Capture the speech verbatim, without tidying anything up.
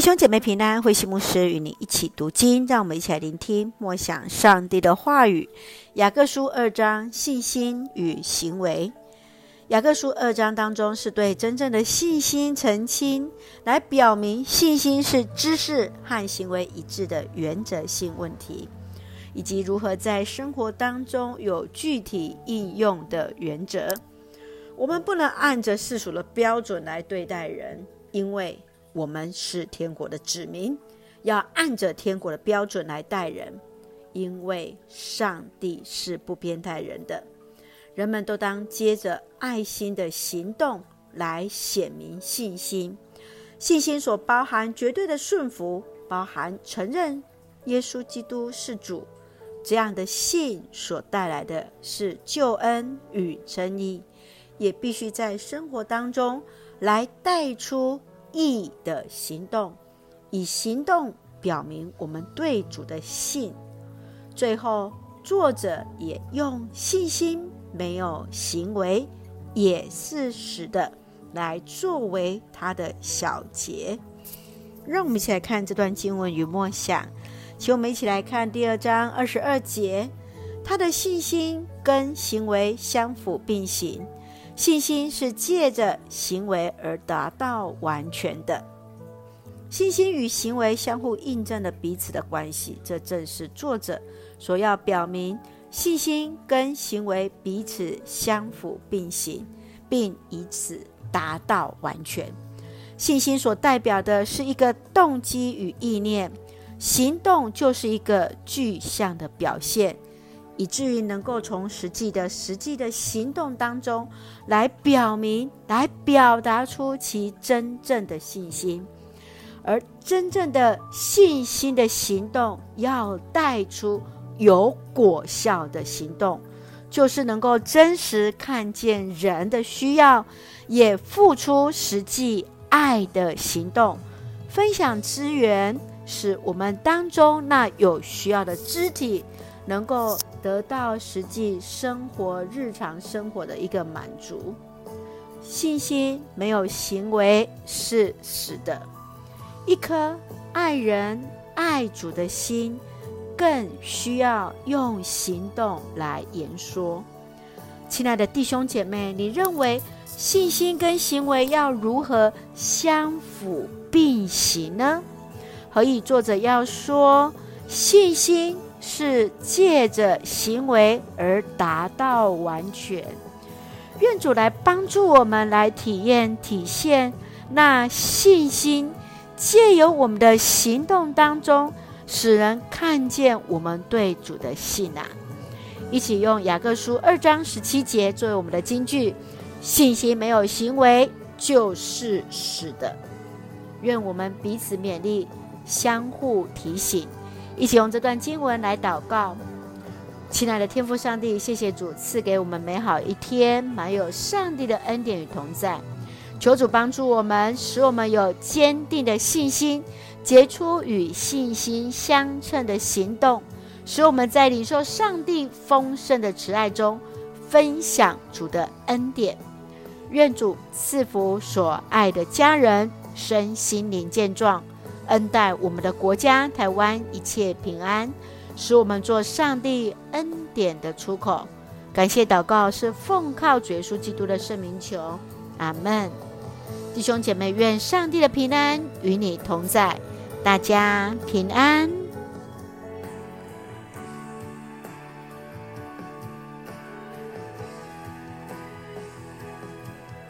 兄姐妹平安，慧馨牧师与你一起读经，让我们一起来聆听默想上帝的话语。雅各书二章，信心与行为。雅各书二章当中是对真正的信心澄清，来表明信心是知识和行为一致的原则性问题，以及如何在生活当中有具体应用的原则。我们不能按着世俗的标准来对待人，因为我们是天国的子民，要按着天国的标准来待人，因为上帝是不偏待人的。人们都当接着爱心的行动来显明信心。信心所包含绝对的顺服，包含承认耶稣基督是主，这样的信所带来的是救恩与称义，也必须在生活当中来带出义的行动，以行动表明我们对主的信。最后作者也用信心没有行为也是死的来作为他的小结。让我们一起来看这段经文与默想。请我们一起来看第二章二十二节，他的信心跟行为相辅并行，信心是借着行为而达到完全的。信心与行为相互印证了彼此的关系，这正是作者所要表明，信心跟行为彼此相辅并行，并以此达到完全。信心所代表的是一个动机与意念，行动就是一个具象的表现，以至于能够从实际的实际的行动当中来表明，来表达出其真正的信心。而真正的信心的行动要带出有果效的行动，就是能够真实看见人的需要，也付出实际爱的行动，分享资源，使我们当中那有需要的肢体能够得到实际生活日常生活的一个满足。信心没有行为是死的，一颗爱人爱主的心更需要用行动来言说。亲爱的弟兄姐妹，你认为信心跟行为要如何相辅并行呢？何以作者要说信心是借着行为而达到完全？愿主来帮助我们来体验体现那信心，借由我们的行动当中使人看见我们对主的信啊。一起用雅各书二章十七节作为我们的金句，信心没有行为就是死的。愿我们彼此勉励，相互提醒，一起用这段经文来祷告。亲爱的天父上帝，谢谢主赐给我们美好一天，满有上帝的恩典与同在。求主帮助我们，使我们有坚定的信心，结出与信心相称的行动，使我们在领受上帝丰盛的慈爱中分享主的恩典。愿主赐福所爱的家人身心灵健壮，恩待我们的国家台湾一切平安，使我们做上帝恩典的出口。感谢祷告是奉靠主耶稣基督的圣名求，阿们。弟兄姐妹，愿上帝的平安与你同在，大家平安。